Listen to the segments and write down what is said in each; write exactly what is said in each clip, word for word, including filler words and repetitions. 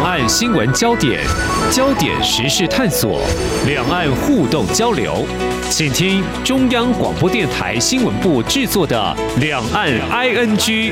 岸新闻焦点，焦点时事探索，两岸互动交流，请听中央广播电台新闻部制作的《两岸 I N G》。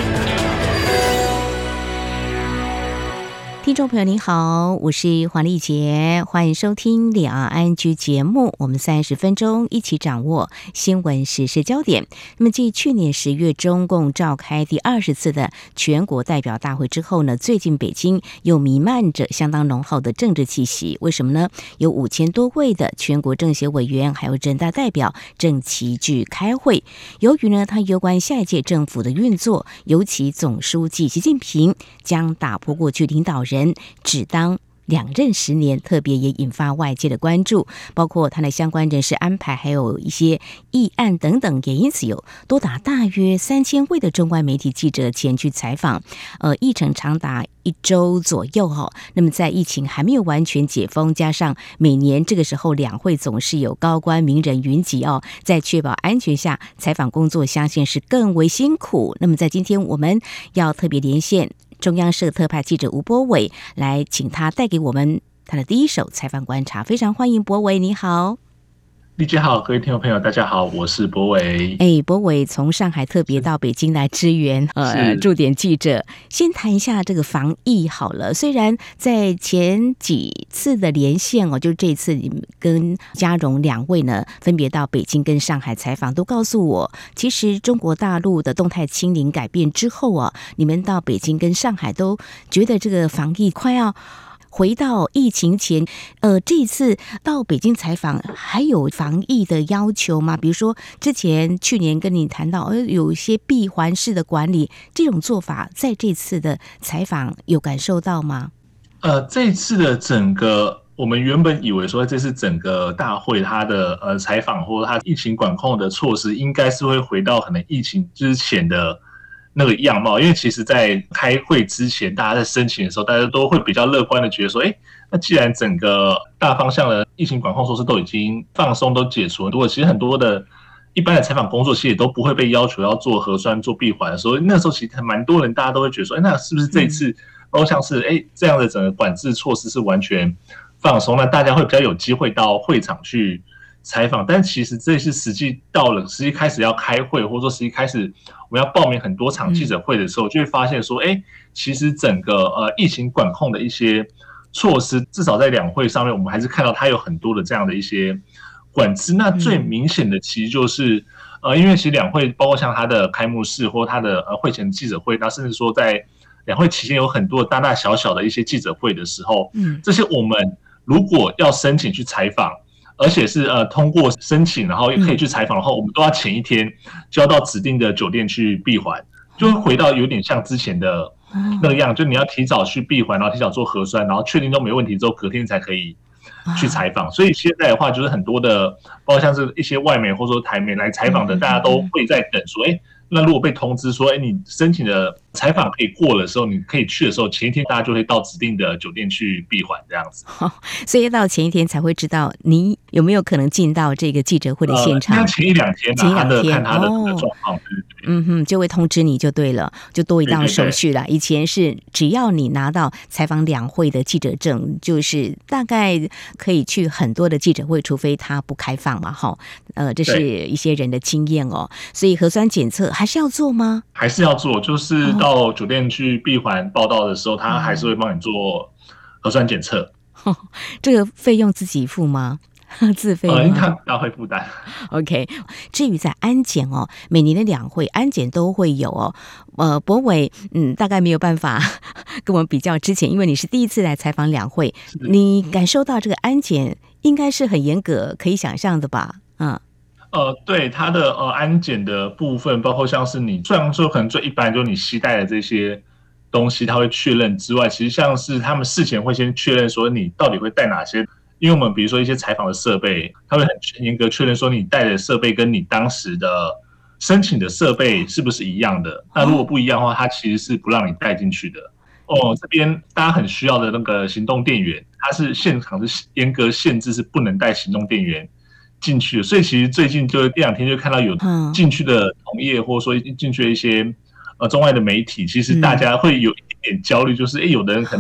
听众朋友您好，我是黄丽杰，欢迎收听两岸 I N G 节目。我们三十分钟一起掌握新闻时事焦点。那么，继去年十月中共召开第二十次的全国代表大会之后呢，最近北京又弥漫着相当浓厚的政治气息。为什么呢？有五千多位的全国政协委员还有人大代表正齐聚开会。由于呢，它有关下一届政府的运作，尤其总书记习近平将打破过去领导人只当两任十年，特别也引发外界的关注，包括他的相关人事安排，还有一些议案等等，也因此有多达大约三千位的中外媒体记者前去采访，呃，议程长达一周左右哈。那么在疫情还没有完全解封，加上每年这个时候两会总是有高官名人云集哦，在确保安全下，采访工作相信是更为辛苦。那么在今天我们要特别连线中央社特派记者吴柏伟，来请他带给我们他的第一手采访观察。非常欢迎柏伟，你好。 丽姐好，各位听众朋友大家好，我是柏伟。 哎，柏伟从上海特别到北京来支援呃驻点记者。先谈一下这个防疫好了。虽然在前几次的连线哦，就这次跟嘉荣两位呢分别到北京跟上海采访，都告诉我，其实中国大陆的动态清零改变之后啊，你们到北京跟上海都觉得这个防疫快要回到疫情前。呃，这一次到北京采访，还有防疫的要求吗？比如说之前去年跟你谈到，呃，有一些闭环式的管理，这种做法在这次的采访有感受到吗？ 呃，这次的整个，我们原本以为说这次整个大会它的呃采访或者它疫情管控的措施，应该是会回到可能疫情之前的那个样貌，因为其实在开会之前，大家在申请的时候，大家都会比较乐观的觉得说，哎，那既然整个大方向的疫情管控措施都已经放松、都解除了，如果其实很多的一般的采访工作其实也都不会被要求要做核酸、做闭环的时候，那时候其实蛮多人大家都会觉得说，哎，那是不是这一次都像是哎这样的整个管制措施是完全放松，那大家会比较有机会到会场去采访？但其实这是实际到了实际开始要开会，或者说实际开始我们要报名很多场记者会的时候，就会发现说，哎，其实整个呃疫情管控的一些措施，至少在两会上面，我们还是看到它有很多的这样的一些管制。那最明显的其实就是呃，因为其实两会包括像它的开幕式或它的呃会前记者会，那甚至说在两会期间有很多大大小小的一些记者会的时候，嗯，这些我们如果要申请去采访，而且是呃通过申请，然后也可以去采访的话，我们都要前一天就要到指定的酒店去闭环，就会回到有点像之前的那个样，就你要提早去闭环，然后提早做核酸，然后确定都没问题之后，隔天才可以去采访。所以现在的话，就是很多的，包括像是一些外媒或者说台媒来采访的，大家都会在等说，哎，那如果被通知说，哎，你申请的采访可以过的时候，你可以去的时候，前一天大家就会到指定的酒店去闭环这样子。 哦，所以到前一天才会知道你有没有可能进到这个记者会的现场。 呃、前一两天、啊，前一两天看他的状况，哦， 嗯哼，就会通知你就对了，就多一道手续了。以前是只要你拿到采访两会的记者证，就是大概可以去很多的记者会，除非他不开放嘛，哈。呃，这是一些人的经验哦。所以核酸检测还是要做吗？ 还是要做，就是到酒店去闭环报到的时候，哦，他还是会帮你做核酸检测。 哦，这个费用自己付吗？自费吗？ 呃，他他会负担。 OK， 至于在安检哦，每年的两会安检都会有哦。呃，柏伟，嗯，大概没有办法跟我们比较之前，因为你是第一次来采访两会，你感受到这个安检应该是很严格，可以想象的吧？嗯。 呃，对它的呃安检的部分，包括像是你虽然说可能最一般就是你携带的这些东西，他会确认之外，其实像是他们事前会先确认说你到底会带哪些，因为我们比如说一些采访的设备，他会很严格确认说你带的设备跟你当时的申请的设备是不是一样的。那如果不一样的话，他其实是不让你带进去的。哦，这边大家很需要的那个行动电源，它是现场是严格限制，是不能带行动电源进去的。所以其实最近就一两天就看到有进去的同业，或者说进去的一些呃中外的媒体，其实大家会有一点焦虑，就是哎，有的人可能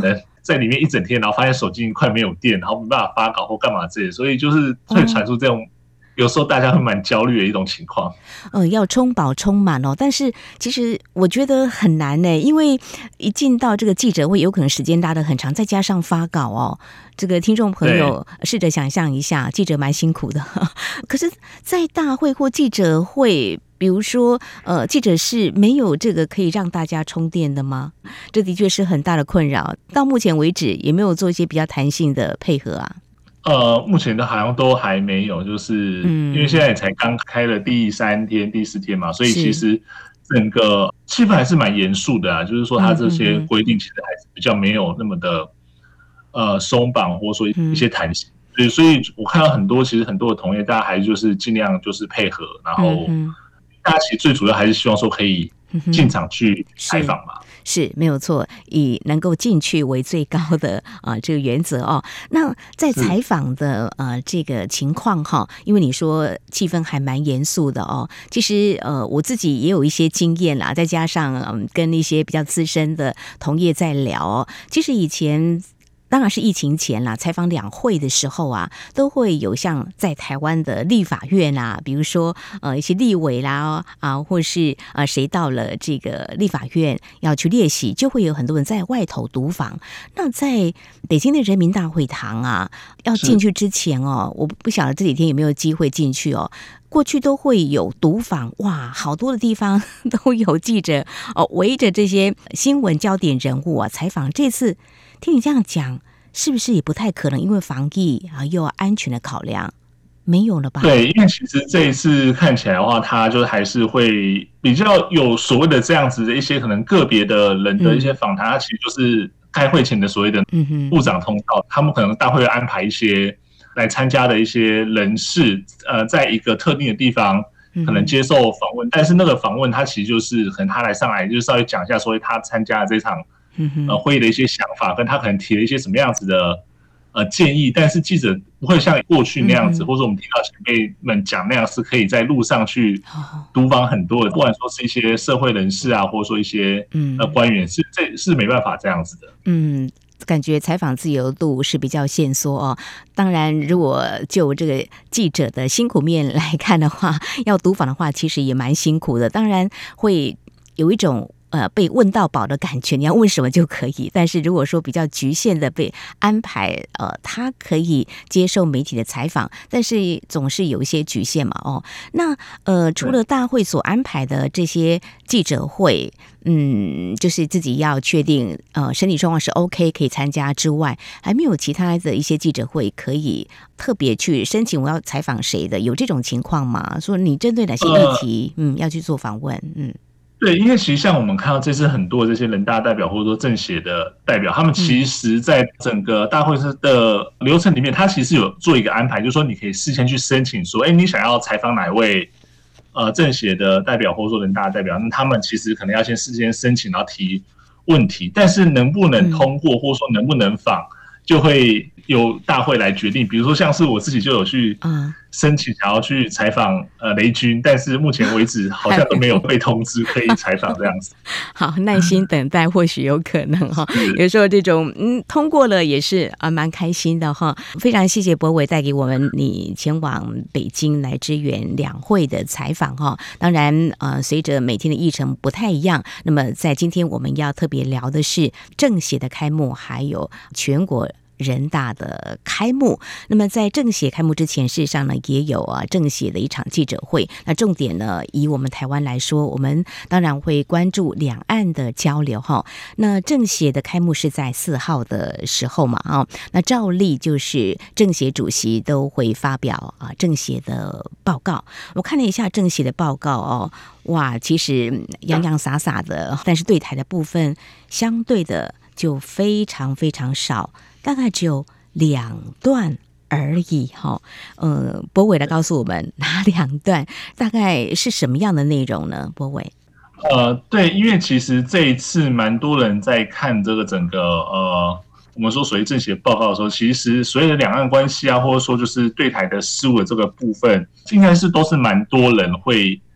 在里面一整天，然后发现手机快没有电，然后没办法发稿或干嘛之类的，所以就是会传出这种。嗯有时候大家会蛮焦虑的一种情况， 呃，要充饱充满哦。但是其实我觉得很难呢，因为一进到这个记者会，有可能时间拉得很长，再加上发稿哦。这个听众朋友试着想象一下，记者蛮辛苦的。可是，在大会或记者会，比如说，呃，记者是没有这个可以让大家充电的吗？这的确是很大的困扰。到目前为止，也没有做一些比较弹性的配合啊。 呃，目前的好像都还没有，就是因为现在才刚开了第三天、第四天嘛，所以其实整个气氛还是蛮严肃的啊。就是说，它这些规定其实还是比较没有那么的呃松绑，或者说一些弹性。所以，所以我看到很多，其实很多的同业，大家还就是尽量就是配合，然后大家其实最主要还是希望说可以进场去采访嘛。 是没有错，以能够进去为最高的啊、呃、这个原则哦。那在采访的呃这个情况哈，因为你说气氛还蛮严肃的哦。其实呃我自己也有一些经验啦，再加上嗯、呃、跟一些比较资深的同业在聊哦。其实以前。当然是疫情前啦，采访两会的时候啊，都会有像在台湾的立法院啊，比如说呃一些立委啦啊，或是呃谁到了这个立法院要去列席，就会有很多人在外头读访。那在北京的人民大会堂啊，要进去之前哦，我不晓得这几天有没有机会进去哦。过去都会有读访，哇，好多的地方都有记者哦围着这些新闻焦点人物啊采访。这次听你这样讲，是不是也不太可能？因为防疫啊，又有安全的考量，没有了吧？ 对，因为其实这一次看起来的话，它就还是会比较有所谓的这样子的一些可能个别的人的一些访谈，它其实就是开会前的所谓的部长通道，他们可能大会安排一些来参加的一些人士，呃，在一个特定的地方可能接受访问，但是那个访问他其实就是可能他来上来就是稍微讲一下，所以他参加这场呃会议的一些想法，跟他可能提了一些什么样子的呃建议，但是记者不会像过去那样子，或者我们听到前辈们讲那样，是可以在路上去读访很多的，不管说是一些社会人士啊，或者说一些呃官员，是这是没办法这样子的。 嗯。感觉采访自由度是比较限缩哦。当然，如果就这个记者的辛苦面来看的话，要读访的话，其实也蛮辛苦的。当然会有一种呃被问到饱的感觉，你要问什么就可以。但是如果说比较局限的被安排，呃，他可以接受媒体的采访，但是总是有一些局限嘛。哦，那呃，除了大会所安排的这些记者会。嗯，就是自己要确定呃身体状况是 OK 可以参加之外，还没有其他的一些记者会可以特别去申请我要采访谁的，有这种情况吗？说你针对哪些议题，呃、嗯要去做访问？嗯， 对，因为其实像我们看到这次很多这些人大代表或者说政协的代表，他们其实在整个大会的流程里面，他其实有做一个安排，就是说你可以事先去申请说，哎，你想要采访哪一位？呃，政协的代表或者说人大的代表，那他们其实可能要先事先申请，然后提问题，但是能不能通过，或者说能不能访，就会由大会来决定。比如说，像是我自己就有去申请，想要去采访呃雷军，但是目前为止好像都没有被通知可以采访这样子。 好，耐心等待，或许有可能哈。有时候这种嗯通过了也是啊蛮开心的哈。非常谢谢柏伟带给我们你前往北京来支援两会的采访哈。当然呃随着每天的议程不太一样，那么在今天我们要特别聊的是政协的开幕，还有全国人大的开幕。那么在政协开幕之前，事实上呢也有啊政协的一场记者会。那重点呢，以我们台湾来说，我们当然会关注两岸的交流哈。那政协的开幕是在四号的时候嘛啊，那照例就是政协主席都会发表啊政协的报告。我看了一下政协的报告哦，哇，其实洋洋洒洒的，但是对台的部分相对的就非常非常少。大概只有两段而已哈，呃，柏伟来告诉我们哪两段，大概是什么样的内容呢？柏伟， 呃，对，因为其实这一次蛮多人在看这个整个呃，我们说所谓政协报告的时候，其实所谓的两岸关系啊，或者说就是对台的事务的这个部分，应该是都是蛮多人会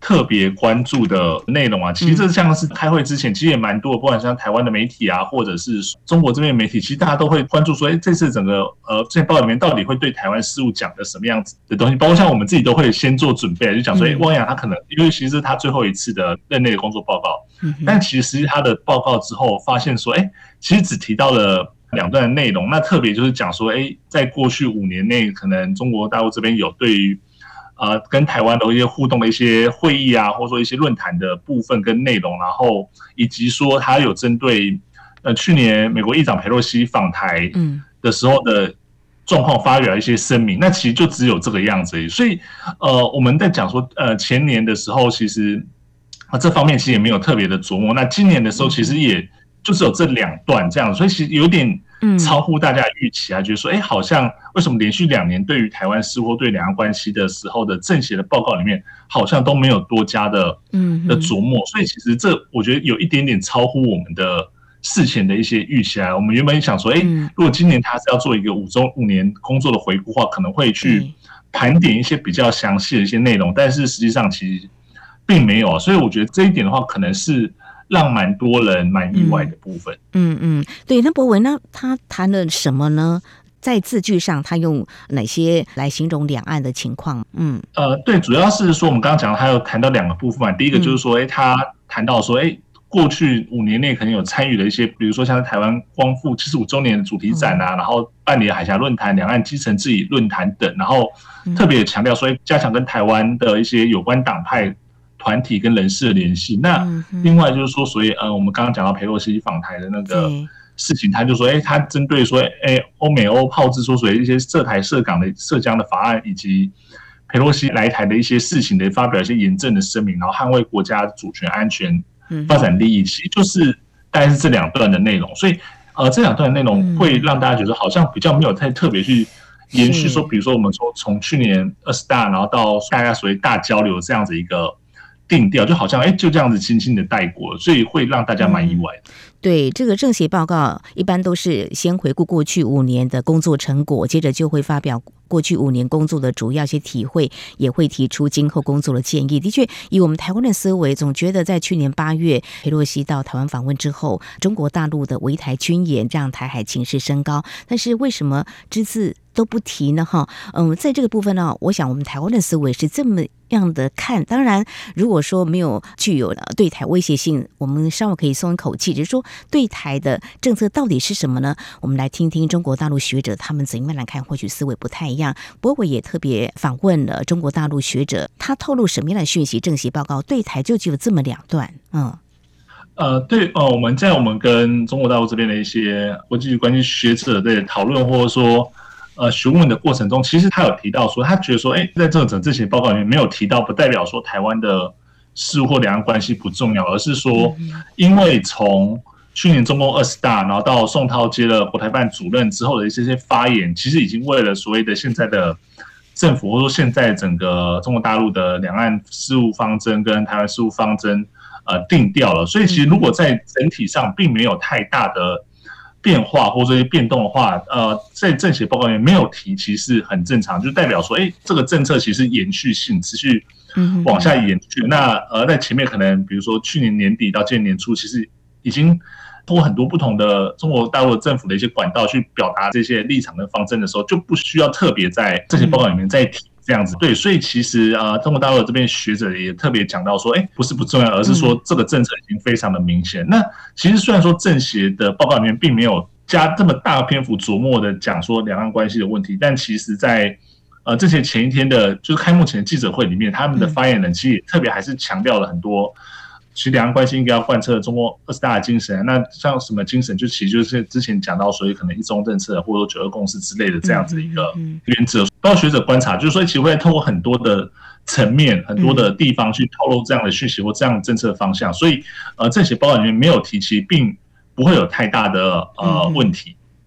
特别关注的内容啊。其实这像是开会之前，其实也蛮多，不管像台湾的媒体啊，或者是中国这边的媒体，其实大家都会关注说，哎，这次整个呃这些报告里面到底会对台湾事务讲的什么样子的东西，包括像我们自己都会先做准备，就讲说，哎，汪洋他可能因为其实是他最后一次的任内的工作报告，但其实他的报告之后发现说，哎，其实只提到了两段的内容，那特别就是讲说，哎，在过去五年内，可能中国大陆这边有对于呃跟台湾的一些互动的一些会议啊，或者说一些论坛的部分跟内容，然后以及说他有针对呃去年美国议长裴洛西访台的时候的状况发表一些声明，那其实就只有这个样子而已。所以呃我们在讲说呃前年的时候，其实啊这方面其实也没有特别的琢磨，那今年的时候其实也就只有这两段这样，所以其实有点超乎大家的预期啊，觉得说，哎，好像为什么连续两年对于台湾事或对两岸关系的时候的政协的报告里面，好像都没有多加的的琢磨，所以其实这我觉得有一点点超乎我们的事前的一些预期啊。我们原本想说，哎，如果今年他是要做一个五周五年工作的回顾的话，可能会去盘点一些比较详细的一些内容，但是实际上其实并没有啊。所以我觉得这一点的话，可能是让蛮多人蛮意外的部分。 嗯嗯，对。那博文那他谈了什么呢？在字句上，他用哪些来形容两岸的情况？嗯， 呃，对，主要是说我们刚刚讲，他有谈到两个部分嘛。第一个就是说，哎、嗯，他谈到说，哎，过去五年内可能有参与了一些，比如说像台湾光复七十五周年的主题展啊，嗯、然后办理海峡论坛、两岸基层治理论坛等，然后特别强调说，加强跟台湾的一些有关党派团体跟人士的联系。那另外就是说，所以呃，我们刚刚讲到裴洛西访台的那个事情，他就说，哎，他针对说，哎，欧美欧炮制说，所以一些涉台涉港的涉疆的法案，以及裴洛西来台的一些事情的发表一些严正的声明，然后捍卫国家主权、安全、发展利益，其实就是大概是这两段的内容。所以呃，这两段的内容会让大家觉得好像比较没有太特别去延续说，比如说我们说从去年二十大，然后到大家所谓大交流这样子一个定调，就好像哎就这样子轻轻的带过，所以会让大家蛮意外的。嗯， 对，这个政协报告一般都是先回顾过去五年的工作成果，接着就会发表过去五年工作的主要一些体会，也会提出今后工作的建议。的确，以我们台湾的思维，总觉得在去年八月裴洛西到台湾访问之后，中国大陆的围台军演让台海情势升高，但是为什么只字都不提呢？哈，嗯，在这个部分呢，我想我们台湾的思维是这么样的看。当然，如果说没有具有对台威胁性，我们稍微可以松一口气。只是说对台的政策到底是什么呢？我们来听听中国大陆学者他们怎么样来看，或许思维不太一样。不过我也特别访问了中国大陆学者，他透露什么样的讯息？政协报告对台就只有这么两段。嗯。 呃，对，呃，我们在我们跟中国大陆这边的一些国际关系学者的讨论，或者说呃询问的过程中，其实他有提到说，他觉得说，哎，在这个整政协报告里面没有提到，不代表说台湾的事务或两岸关系不重要，而是说，因为从去年中共二十大，然后到宋涛接了国台办主任之后的一些些发言，其实已经为了所谓的现在的政府，或者说现在整个中国大陆的两岸事务方针跟台湾事务方针呃定调了。所以其实如果在整体上并没有太大的变化或这些变动的话，呃，在政协报告里面没有提，其实很正常，就代表说，哎，这个政策其实延续性持续往下延续。那呃，在前面可能比如说去年年底到今年年初，其实已经通过很多不同的中国大陆政府的一些管道去表达这些立场跟方针的时候，就不需要特别在政协报告里面再提。这样子，对，所以其实呃，中国大陆这边学者也特别讲到说，哎，不是不重要，而是说这个政策已经非常的明显。嗯、那其实虽然说政协的报告里面并没有加这么大的篇幅琢磨的讲说两岸关系的问题，但其实在呃这些前一天的，就是开幕前的记者会里面，他们的发言人其实也特别还是强调了很多。其实两岸关系应该要贯彻中国二十大的精神，那像什么精神，就其实就是之前讲到，所以可能一中政策或者九二共识之类的这样子一个原则。包括学者观察，就是说，其实会透过很多的层面、很多的地方去透露这样的讯息或这样的政策方向。所以，呃，政协报告里面没有提及，并不会有太大的呃问题。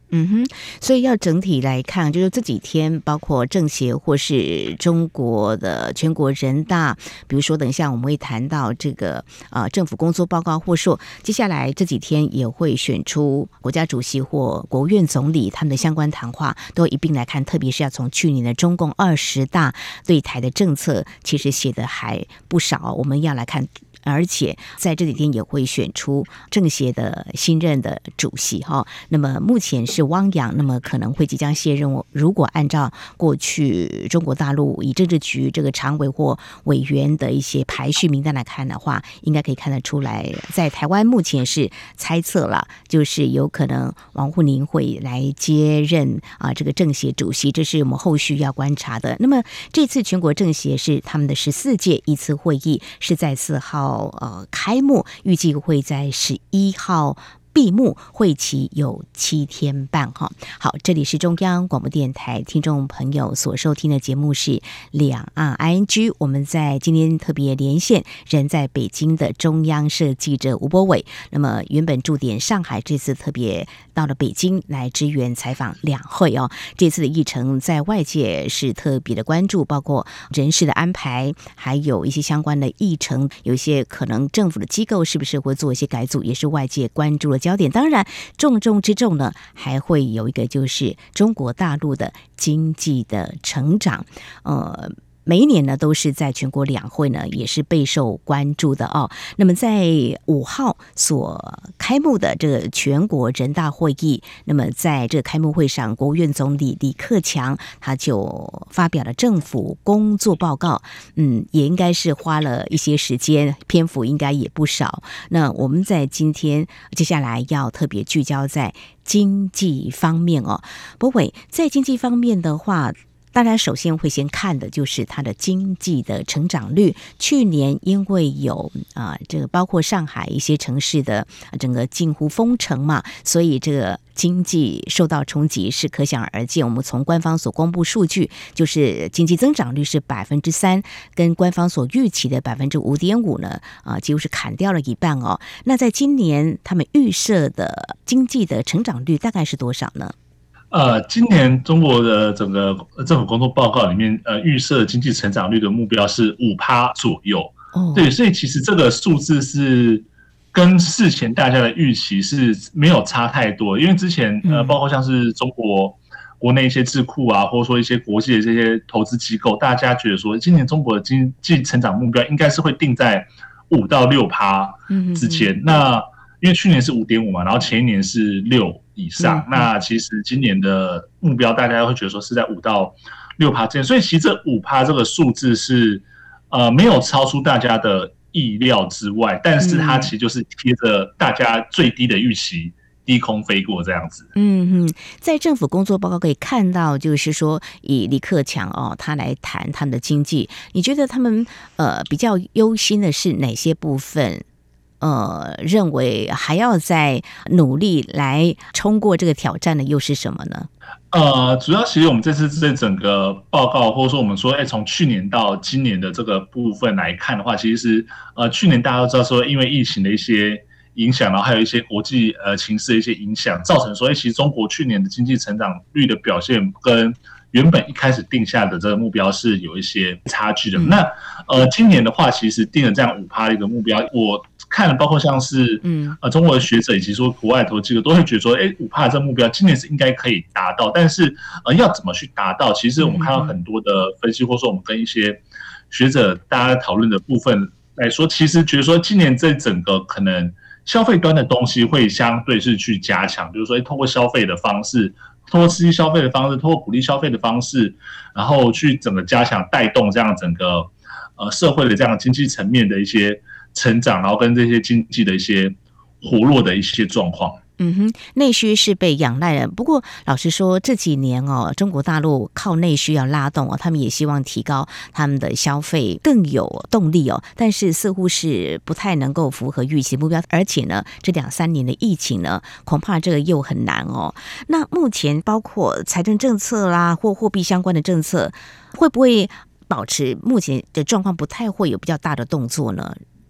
嗯哼，所以要整体来看，就是这几天，包括政协或是中国的全国人大，比如说等一下我们会谈到这个呃政府工作报告，或说接下来这几天也会选出国家主席或国务院总理，他们的相关谈话都一并来看，特别是要从去年的中共二十大对台的政策，其实写的还不少，我们要来看。而且在这几天也会选出政协的新任的主席哈，那么目前是汪洋，那么可能会即将卸任。如果按照过去中国大陆以政治局这个常委或委员的一些排序名单来看的话，应该可以看得出来，在台湾目前是猜测了，就是有可能王沪宁会来接任啊这个政协主席，这是我们后续要观察的。那么这次全国政协是他们的十四届一次会议，是在四号。呃，开幕预计会在十一号闭幕，会期有七天半哈。好，这里是中央广播电台听众朋友所收听的节目是两岸 I N G， 我们在今天特别连线人在北京的中央社记者吴柏伟。那么原本驻点上海，这次特别到了北京来支援采访两会哦。这次的议程在外界是特别的关注，包括人事的安排，还有一些相关的议程，有一些可能政府的机构是不是会做一些改组，也是外界关注的焦点。当然重中之重呢，还会有一个就是中国大陆的经济的成长，呃每一年呢都是在全国两会呢也是备受关注的哦。那么在五号所开幕的这个全国人大会议，那么在这个开幕会上，国务院总理李克强他就发表了政府工作报告，嗯，也应该是花了一些时间，篇幅应该也不少。那我们在今天接下来要特别聚焦在经济方面哦。柏伟，在经济方面的话，当然首先会先看的就是它的经济的成长率。去年因为有啊、呃、这个包括上海一些城市的整个近乎封城嘛，所以这个经济受到冲击是可想而知。我们从官方所公布数据，就是经济增长率是百分之三，跟官方所预期的百分之五点五呢，啊、呃、几乎是砍掉了一半哦。那在今年他们预设的经济的成长率大概是多少呢？ 呃，今年中国的整个政府工作报告里面，呃，预设经济成长率的目标是五趴左右。哦，对，所以其实这个数字是跟事前大家的预期是没有差太多，因为之前呃，包括像是中国国内一些智库啊，或者说一些国际的这些投资机构，大家觉得说，今年中国的经济成长目标应该是会定在五到六趴之间。嗯、那因为去年是五点五嘛，然后前一年是六以上，嗯、那其实今年的目标大家会觉得说是在五到六趴之间，所以其实这五趴这个数字是呃没有超出大家的意料之外，但是它其实就是贴着大家最低的预期。低空飞过这样子。 嗯嗯，在政府工作报告可以看到，就是说以李克强哦，他来谈他们的经济，你觉得他们呃比较忧心的是哪些部分？呃，认为还要再努力来冲过这个挑战的又是什么呢？ 呃，主要其实我们这次这整个报告，或者说我们说，哎，从去年到今年的这个部分来看的话，其实是呃，去年大家都知道说，因为疫情的一些影响，然后还有一些国际呃情势的一些影响，造成说，哎，其实中国去年的经济成长率的表现跟原本一开始定下的这个目标是有一些差距的。嗯、那呃，今年的话，其实定了这样五趴的一个目标，我看了包括像是嗯呃中国的学者以及说国外投资机构都会觉得说，哎，五趴这个目标今年是应该可以达到，但是呃要怎么去达到？其实我们看到很多的分析，或者说我们跟一些学者大家讨论的部分来说，其实觉得说今年这整个可能消费端的东西会相对是去加强，比如说透过消费的方式。通过刺激消费的方式，通过鼓励消费的方式，然后去整个加强带动这样整个呃社会的这样经济层面的一些成长，然后跟这些经济的一些活络的一些状况。 嗯哼，内需是被仰赖的。不过老实说，这几年哦，中国大陆靠内需要拉动哦，他们也希望提高他们的消费，更有动力哦。但是似乎是不太能够符合预期目标，而且呢，这两三年的疫情呢，恐怕这个又很难哦。那目前包括财政政策啦，或货币相关的政策，会不会保持目前的状况，不太会有比较大的动作呢？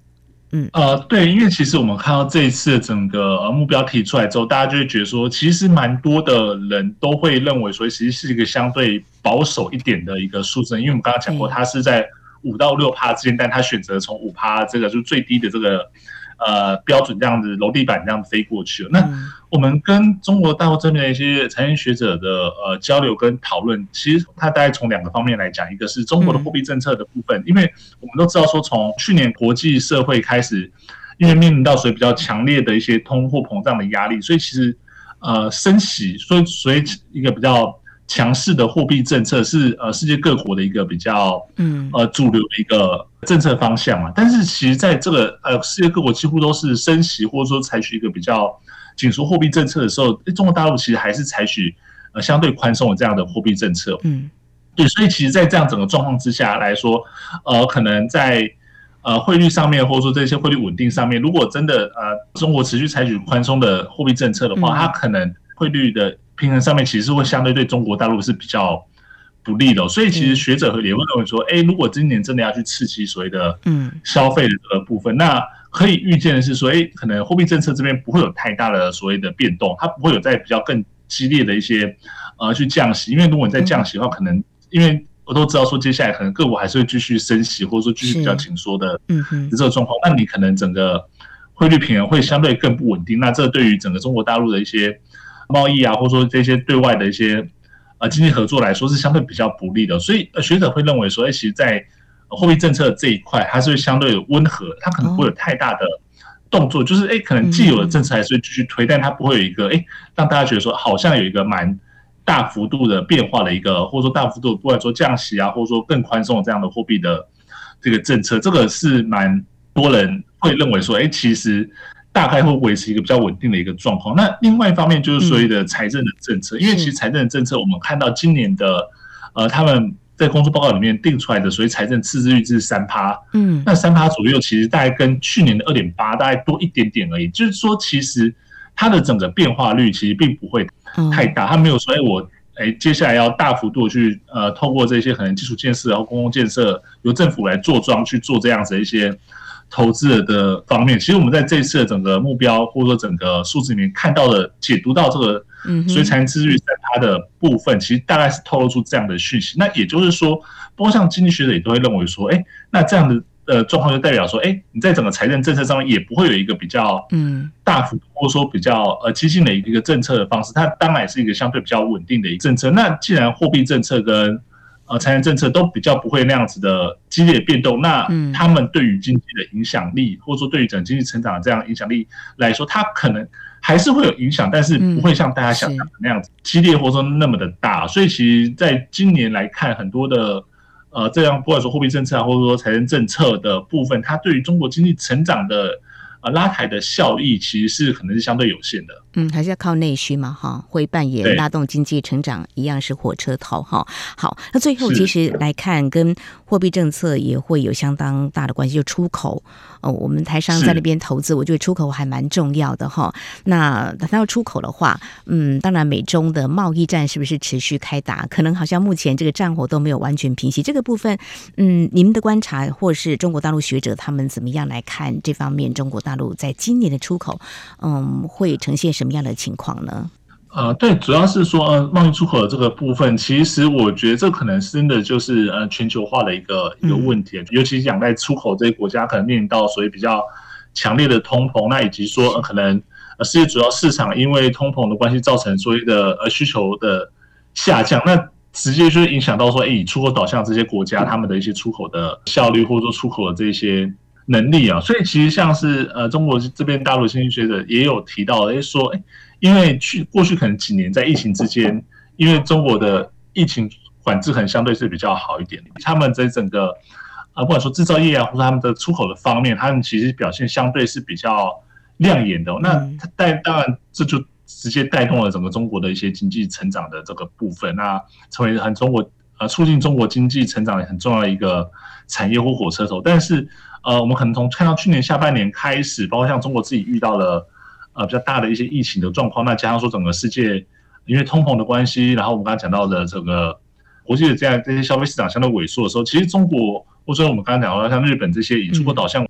嗯， 呃，对，因为其实我们看到这一次的整个呃目标提出来之后，大家就会觉得说，其实蛮多的人都会认为说，其实是一个相对保守一点的一个数字，因为我们刚刚讲过，它是在五到六趴之间，但他选择从五趴这个就是最低的这个呃标准这样子楼地板这样飞过去了。那我们跟中国大陆这边的一些财经学者的呃交流跟讨论，其实它大概从两个方面来讲，一个是中国的货币政策的部分，因为我们都知道说，从去年国际社会开始，因为面临到所以比较强烈的一些通货膨胀的压力，所以其实呃升息，所以所以一个比较强势的货币政策是呃世界各国的一个比较嗯呃主流的一个政策方向嘛。但是其实在这个呃世界各国几乎都是升息或者说采取一个比较紧缩货币政策的时候，中国大陆其实还是采取呃相对宽松的这样的货币政策。嗯，对，所以其实，在这样整个状况之下来说，呃，可能在呃汇率上面或者说这些汇率稳定上面，如果真的呃中国持续采取宽松的货币政策的话，它可能汇率的平衡上面其实会相对对中国大陆是比较不利的。所以其实学者也会认为说，哎，如果今年真的要去刺激所谓的消费的这个部分，那可以预见的是说，哎，可能货币政策这边不会有太大的所谓的变动，它不会有在比较更激烈的一些呃去降息，因为如果你在降息的话，可能因为我都知道说接下来可能各国还是会继续升息，或者说继续比较紧缩的这个状况，那你可能整个汇率平衡会相对更不稳定，那这对于整个中国大陆的一些贸易啊，或者说这些对外的一些呃经济合作来说是相对比较不利的，所以学者会认为说，哎，其实在货币政策这一块，它是会相对温和，它可能不会有太大的动作，就是哎，可能既有的政策还是会继续推，但它不会有一个哎让大家觉得说好像有一个蛮大幅度的变化的一个，或者说大幅度不管说降息啊，或者说更宽松的这样的货币的这个政策，这个是蛮多人会认为说，哎，其实大概会维持一个比较稳定的一个状况。那另外一方面就是所谓的财政的政策，因为其实财政的政策，我们看到今年的呃他们在工作报告里面定出来的所谓财政赤字率是三趴，嗯，那三趴左右，其实大概跟去年的二点八大概多一点点而已。就是说，其实它的整个变化率其实并不会太大，它没有说，哎，我哎接下来要大幅度去呃透过这些可能基础建设然后公共建设由政府来做庄去做这样子的一些投资的方面，其实我们在这一次的整个目标或者说整个数字里面看到的解读到这个所以财政赤字率在它的部分，其实大概是透露出这样的讯息。那也就是说，包括像经济学者也都会认为说，哎，那这样的呃状况就代表说，哎，你在整个财政政策上面也不会有一个比较嗯大幅度或者说比较呃激进的一个政策的方式，它当然也是一个相对比较稳定的一个政策。那既然货币政策跟呃，财政政策都比较不会那样子的激烈变动，那他们对于经济的影响力，或者说对于整个经济成长的这样影响力来说，它可能还是会有影响，但是不会像大家想象的那样子激烈，或者说那么的大。所以其实在今年来看，很多的呃这样不管说货币政策啊，或者说财政政策的部分，它对于中国经济成长的呃拉抬的效益，其实是可能是相对有限的。 嗯，还是要靠内需嘛，哈，会扮演拉动经济成长一样是火车头哈。好，那最后其实来看，跟货币政策也会有相当大的关系，就出口。呃，我们台商在那边投资，我觉得出口还蛮重要的哈。那它要出口的话，嗯，当然美中的贸易战是不是持续开打？可能好像目前这个战火都没有完全平息。这个部分，嗯，你们的观察或是中国大陆学者他们怎么样来看这方面？中国大陆在今年的出口，嗯，会呈现什么样的情况呢？ 呃，对，主要是说呃，贸易出口的这个部分，其实我觉得这可能真的就是呃全球化的一个一个问题，嗯、尤其是讲在出口这些国家，可能面临到所谓比较强烈的通膨，那以及说、呃、可能呃世界主要市场因为通膨的关系造成所谓的呃需求的下降，那直接就是影响到说，哎，以出口导向这些国家他们的一些出口的效率，或者说出口的这些能力啊，所以其实像是呃中国这边大陆经济学者也有提到，哎说，哎。因为去过去可能几年在疫情之间，因为中国的疫情管制可能相对是比较好一点，他们在整个啊不管说制造业啊或者他们的出口的方面，他们其实表现相对是比较亮眼的、哦。那带当然这就直接带动了整个中国的一些经济成长的这个部分，那成为很中国呃促进中国经济成长很重要的一个产业或火车头。但是呃我们可能从看到去年下半年开始，包括像中国自己遇到了。呃，比较大的一些疫情的状况，那加上说整个世界因为通膨的关系，然后我们刚才讲到的这个国际的这样这些消费市场相对萎缩的时候，其实中国或者我们刚才讲到像日本这些以出口导向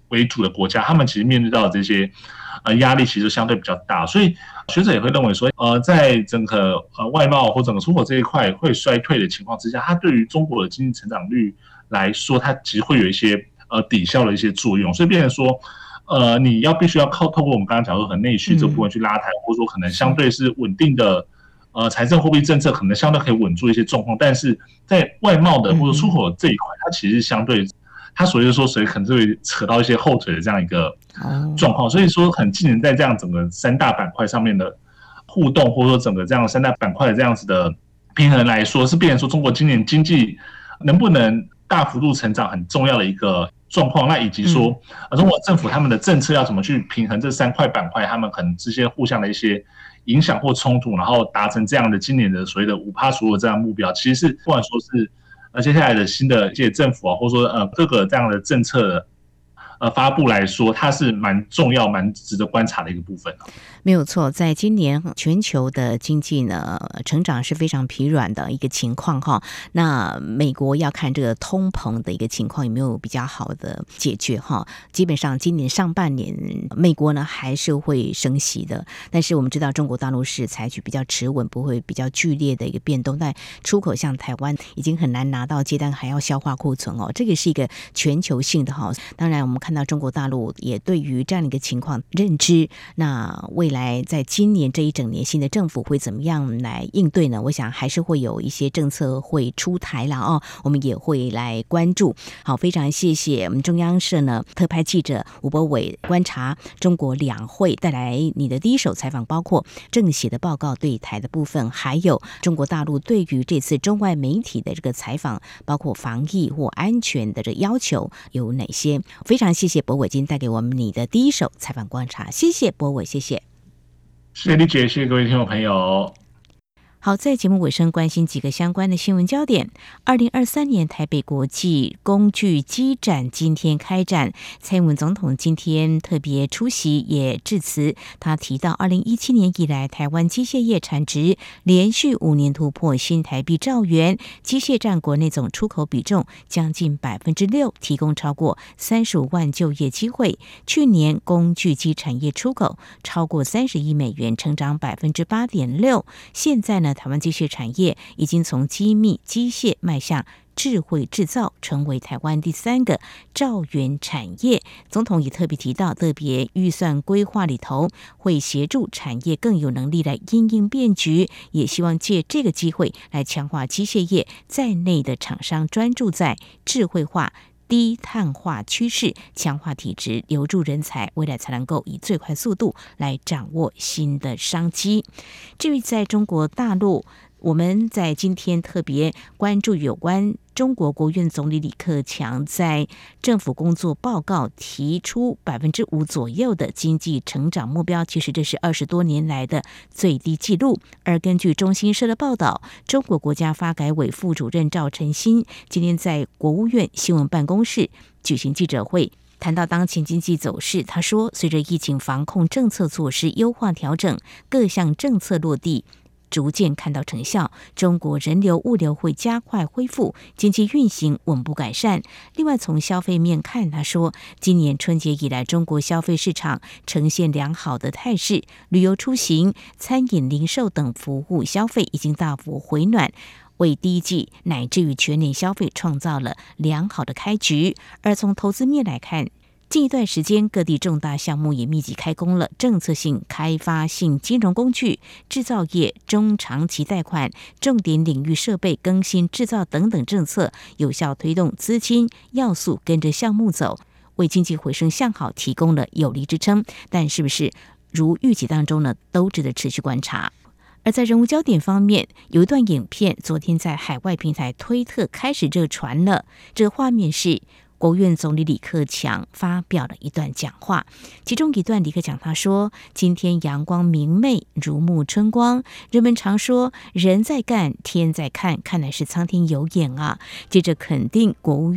为主的国家，他们其实面对到的这些呃压力其实相对比较大，所以学者也会认为说，呃，在整个呃外贸或整个出口这一块会衰退的情况之下，它对于中国的经济成长率来说，它其实会有一些呃抵消的一些作用，所以变成说，呃，你要必须要靠透过我们刚刚讲说很内需这部分去拉抬，嗯、或者说可能相对是稳定的呃财政货币政策，可能相对可以稳住一些状况，但是在外贸的或者出口的这一块，它其实相对它所谓的说谁可能是会扯到一些后腿的这样一个状况，所以说很近年在这样整个三大板块上面的互动，或者说整个这样三大板块的这样子的平衡来说，是变成说中国今年经济能不能大幅度成长很重要的一个状况。那以及说，中国政府他们的政策要怎么去平衡这三块板块，他们可能之间互相的一些影响或冲突，然后达成这样的今年的所谓的五趴除的这样的目标，其实是不管说是呃接下来的新的这些政府啊，或者说呃各个这样的政策的呃发布来说，它是蛮重要、蛮值得观察的一个部分、啊、 没有错，在今年全球的经济呢成长是非常疲软的一个情况哈。那美国要看这个通膨的一个情况有没有比较好的解决哈。基本上今年上半年美国呢还是会升息的，但是我们知道中国大陆是采取比较持稳，不会比较剧烈的一个变动。但出口像台湾已经很难拿到接单，还要消化库存哦，这个是一个全球性的哈。当然我们看到中国大陆也对于这样的一个情况认知，那未来在今年这一整年新的政府会怎么样来应对呢？我想还是会有一些政策会出台了哦，我们也会来关注。好，非常谢谢我们中央社呢特派记者吴柏伟观察中国两会带来你的第一手采访，包括政协的报告对台的部分，还有中国大陆对于这次中外媒体的这个采访，包括防疫或安全的这个要求有哪些。非常谢谢柏伟今天带给我们你的第一手采访观察，谢谢柏伟，谢谢。 谢谢丽姐，谢谢各位听众朋友。 好，在节目尾声关心几个相关的新闻焦点。二零二三年台北国际工具机展今天开展，蔡英文总统今天特别出席也致辞。他提到，二零一七年以来，台湾机械业产值连续五年突破新台币兆元，机械占国内总出口比重将近百分之六，提供超过三十五万就业机会。去年工具机产业出口超过三十亿美元，成长百分之八点六。现在呢？台湾机械产业已经从机密机械迈向智慧制造，成为台湾第三个兆元产业。总统也特别提到，特别预算规划里头会协助产业更有能力来因应变局，也希望借这个机会来强化机械业在内的厂商专注在智慧化低碳化趋势，强化体质，留住人才，未来才能够以最快速度来掌握新的商机。至于在中国大陆，我们在今天特别关注有关中国国务院总理李克强在政府工作报告提出百分之五左右的经济成长目标，其实这是二十多年来的最低纪录。而根据中新社的报道，中国国家发改委副主任赵晨星今天在国务院新闻办公室举行记者会，谈到当前经济走势，他说，随着疫情防控政策措施优化调整，各项政策落地，逐渐看到成效，中国人流物流会加快恢复，经济运行稳步改善。另外从消费面看，他说今年春节以来，中国消费市场呈现良好的态势，旅游出行、餐饮零售等服务消费已经大幅回暖，为第一季乃至于全年消费创造了良好的开局。而从投资面来看，近一段时间，各地重大项目也密集开工了，政策性、开发性金融工具、制造业中长期贷款、重点领域设备更新、制造等等政策，有效推动资金要素跟着项目走，为经济回升向好提供了有力支撑。但是不是如预期当中呢，都值得持续观察。而在人物焦点方面，有一段影片昨天在海外平台推特开始热传了，这个画面是国务院总理李克强发表了一段讲话，其中一段李克强他说，今天阳光明媚，如沐春光，人们常说人在干天在看，看来是苍天有眼啊。接着肯定国务院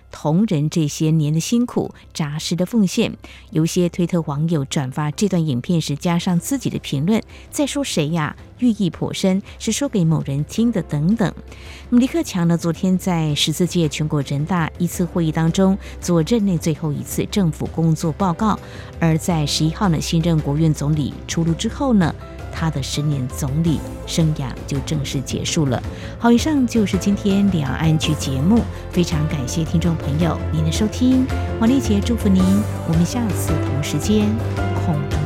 同仁这些年的辛苦扎实的奉献。有些推特网友转发这段影片时加上自己的评论，在说谁呀，寓意颇深，是说给某人听的等等。李克强呢，昨天在十四届全国人大一次会议当中做任内最后一次政府工作报告，而在十一号呢，新任国务院总理出炉之后呢，他的十年总理生涯就正式结束了。好，以上就是今天两岸局节目，非常感谢听众朋友您的收听，黄丽杰祝福您，我们下次同时间空中